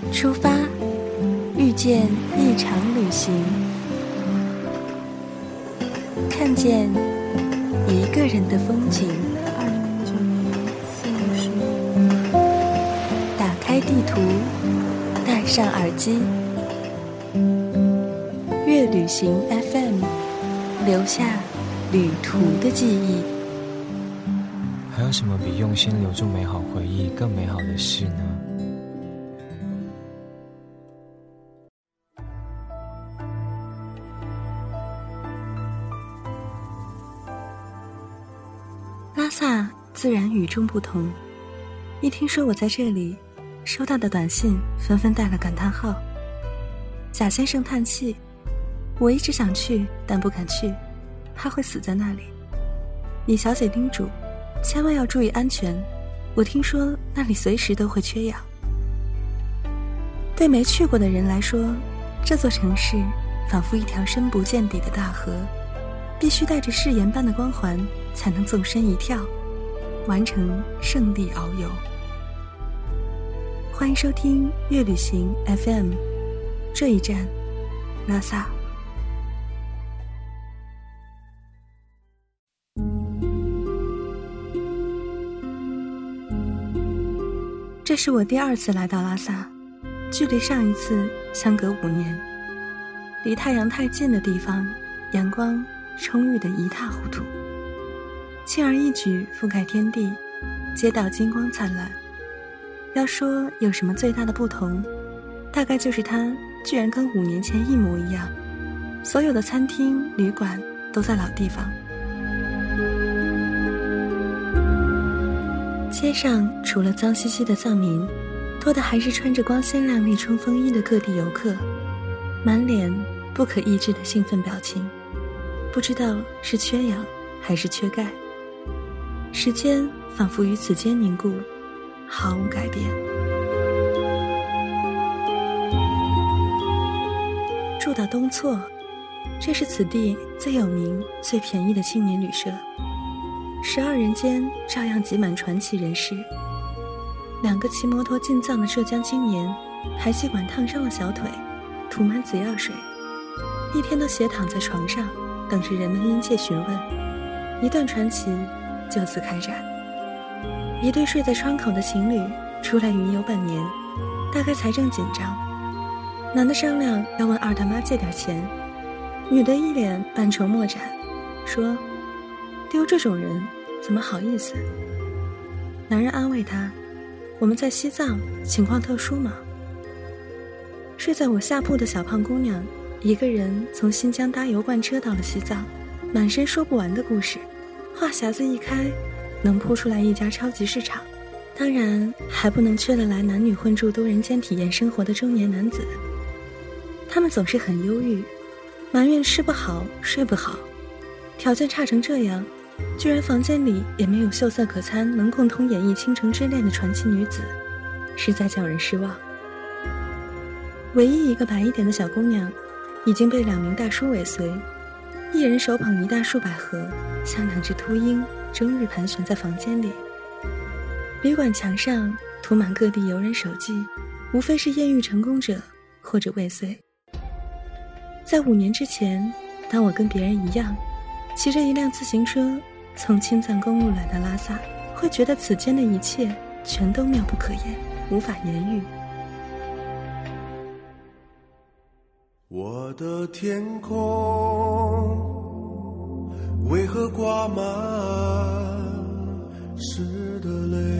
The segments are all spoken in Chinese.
出发，遇见一场旅行，看见一个人的风景。2009年4月15日，打开地图，戴上耳机，乐旅行 FM， 留下旅途的记忆。 还有什么比用心留住美好回忆更美好的事呢？ 拉萨自然与众不同，一听说我在这里，收到的短信纷纷带了感叹号。贾先生叹气，我一直想去，但不敢去，怕会死在那里。李小姐叮嘱，千万要注意安全，我听说那里随时都会缺氧。对没去过的人来说，这座城市仿佛一条深不见底的大河，必须带着誓言般的光环才能纵身一跳，完成胜利遨游。欢迎收听乐旅行 FM， 这一站拉萨。这是我第2次来到拉萨，距离上一次相隔5年。离太阳太近的地方，阳光充裕的一塌糊涂，轻而易举覆盖天地，街道金光灿烂。要说有什么最大的不同，大概就是它居然跟5年前一模一样，所有的餐厅旅馆都在老地方。街上除了脏兮兮的藏民，多的还是穿着光鲜亮丽冲锋衣的各地游客，满脸不可抑制的兴奋表情，不知道是缺氧还是缺钙。时间仿佛于此间凝固，毫无改变。住到东措，这是此地最有名最便宜的青年旅社，12人间照样挤满传奇人士。2个骑摩托进藏的浙江青年，排气管烫伤了小腿，涂满紫药水，一天都斜躺在床上，等着人们殷切询问。一段传奇就此开展。一对睡在窗口的情侣出来云游半年，大概财政紧张，男的商量要问二大妈借点钱，女的一脸半筹莫展，说丢这种人怎么好意思。男人安慰他，我们在西藏，情况特殊嘛。睡在我下铺的小胖姑娘，一个人从新疆搭油罐车到了西藏，满身说不完的故事，话匣子一开，能铺出来一家超级市场。当然还不能缺了来男女混住多人间体验生活的中年男子，他们总是很忧郁，埋怨吃不好睡不好，条件差成这样，居然房间里也没有秀色可餐能共同演绎倾城之恋的传奇女子，实在叫人失望。唯一一个白一点的小姑娘已经被2名大叔尾随，一人手捧一大束百合，像2只秃鹰终日盘旋在房间里。旅馆墙上涂满各地游人手迹，无非是艳遇成功者或者未遂。在5年之前，当我跟别人一样骑着一辆自行车从青藏公路来到拉萨，会觉得此间的一切全都妙不可言，无法言喻。 我的天空为何挂满湿的泪？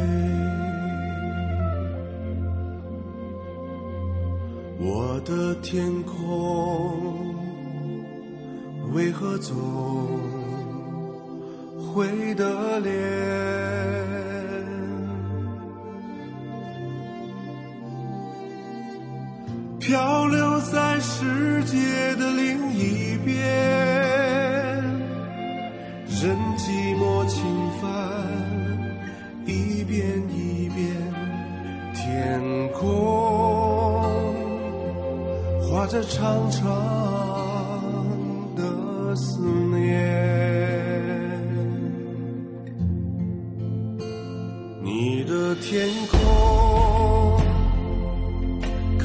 我的天空为何总灰的脸？漂流在世界的另一边，任寂寞侵犯，一遍一遍，天空画着长长的思念。你的天空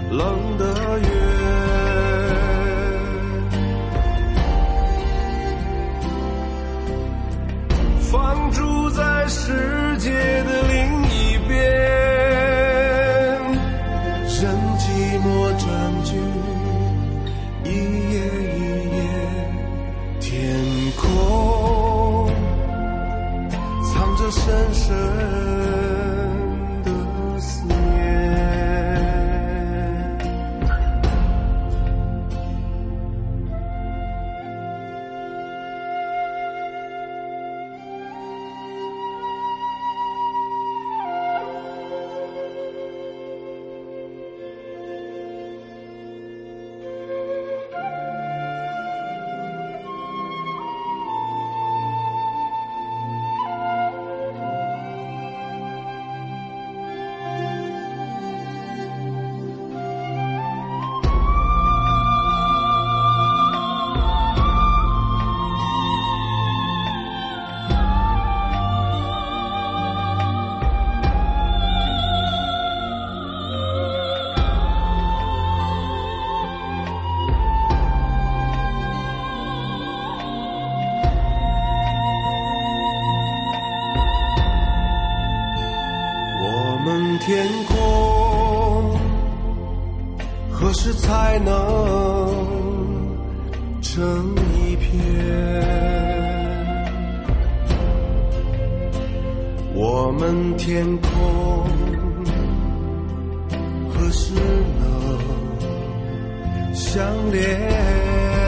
冷的月，放逐在世界的另一边，任寂寞占据一夜一夜，天空藏着深深的思念。天空何时才能成一片？我们天空何时能相连？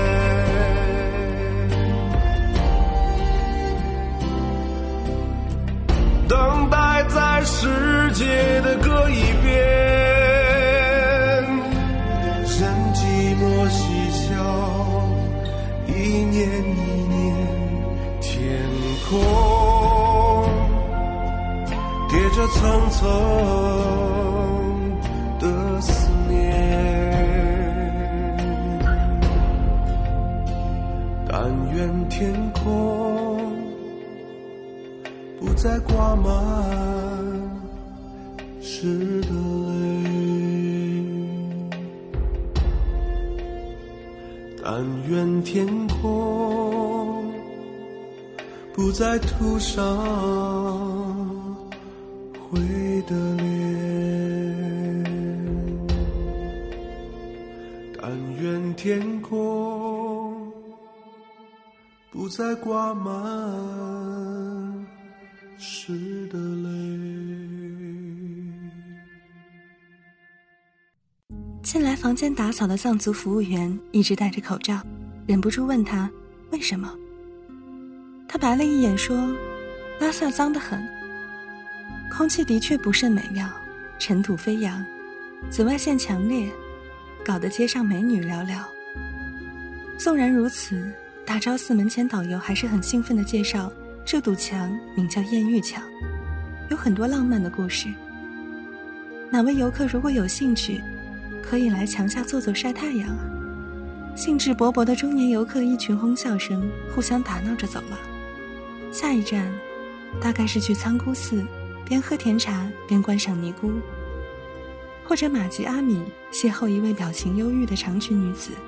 等待在世界的各一边，任寂寞嬉笑，一年一年，天空叠着层层的思念，但愿天空不再挂满湿的泪，但愿天空不再涂上灰的脸，但愿天空不再挂满湿的泪。 进来房间打扫的藏族服务员一直戴着口罩，忍不住问他为什么。他白了一眼说，拉萨脏得很，空气的确不甚美妙，尘土飞扬，紫外线强烈，搞得街上美女寥寥。纵然如此，大昭寺门前导游还是很兴奋地介绍，这堵墙名叫艳遇墙，有很多浪漫的故事。哪位游客如果有兴趣，可以来墙下坐坐晒太阳啊。兴致勃勃的中年游客一群哄笑声，互相打闹着走了。下一站大概是去仓姑寺，边喝甜茶边观赏尼姑，或者玛吉阿米邂逅一位表情忧郁的长裙女子。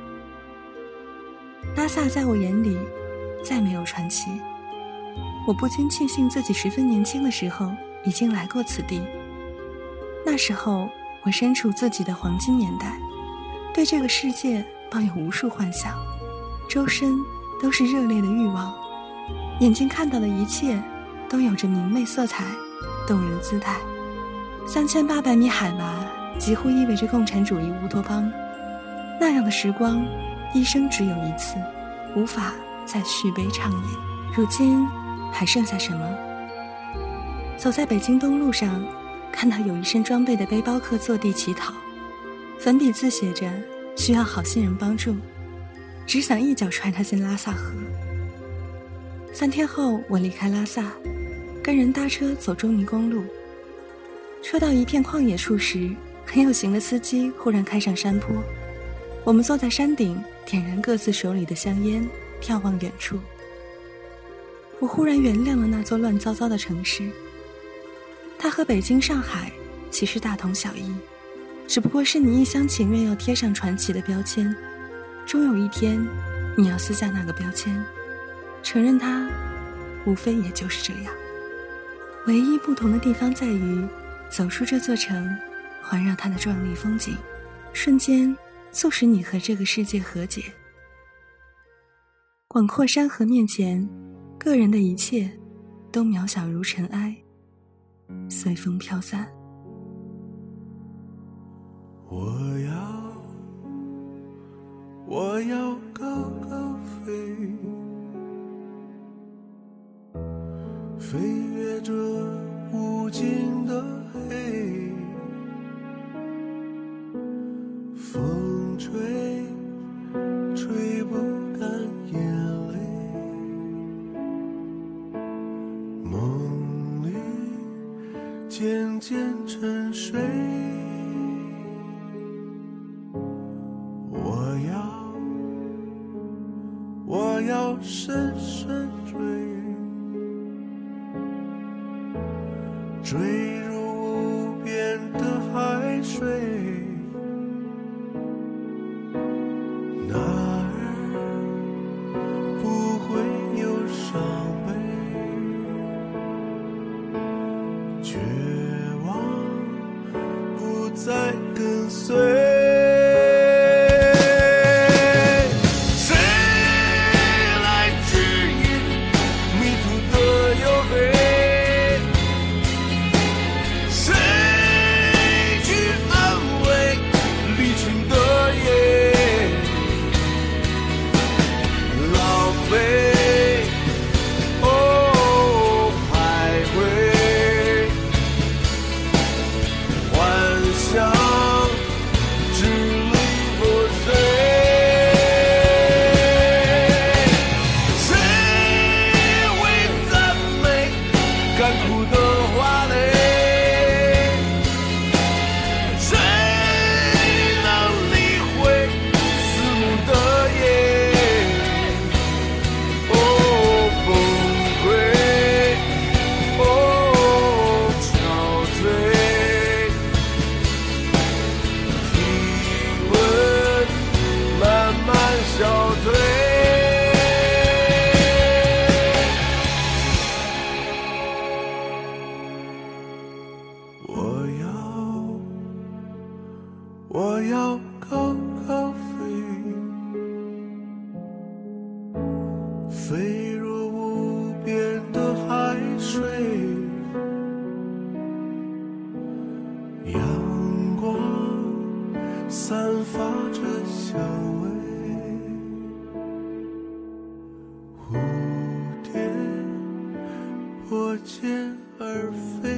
拉萨在我眼里再没有传奇，我不禁庆幸自己十分年轻的时候已经来过此地。那时候我身处自己的黄金年代，对这个世界抱有无数幻想，周身都是热烈的欲望，眼睛看到的一切都有着明媚色彩，动人姿态。3800米海拔几乎意味着共产主义乌托邦，那样的时光一生只有一次，无法再续杯畅饮。如今还剩下什么？走在北京东路上，看到有一身装备的背包客坐地乞讨，粉笔字写着需要好心人帮助，只想一脚踹他进拉萨河。3天后我离开拉萨，跟人搭车走中尼公路，车到一片旷野处时，很有型的司机忽然开上山坡，我们坐在山顶，点燃各自手里的香烟，眺望远处。我忽然原谅了那座乱糟糟的城市，它和北京、上海其实大同小异， 只不过是你一厢情愿要贴上传奇的标签，终有一天你要撕下那个标签，承认它无非也就是这样。唯一不同的地方在于，走出这座城，环绕它的壮丽风景，瞬间促使你和这个世界和解。广阔山河面前，个人的一切都渺小如尘埃，随风飘散。 我要高高飞，飞越这无尽的黑，风吹吹不干眼泪，梦里渐渐沉睡，我要深深坠入无边的海水，那儿不会有伤悲，绝望不再跟随。我要高高飞，飞入无边的海水，阳光散发着香味，蝴蝶破茧而飞。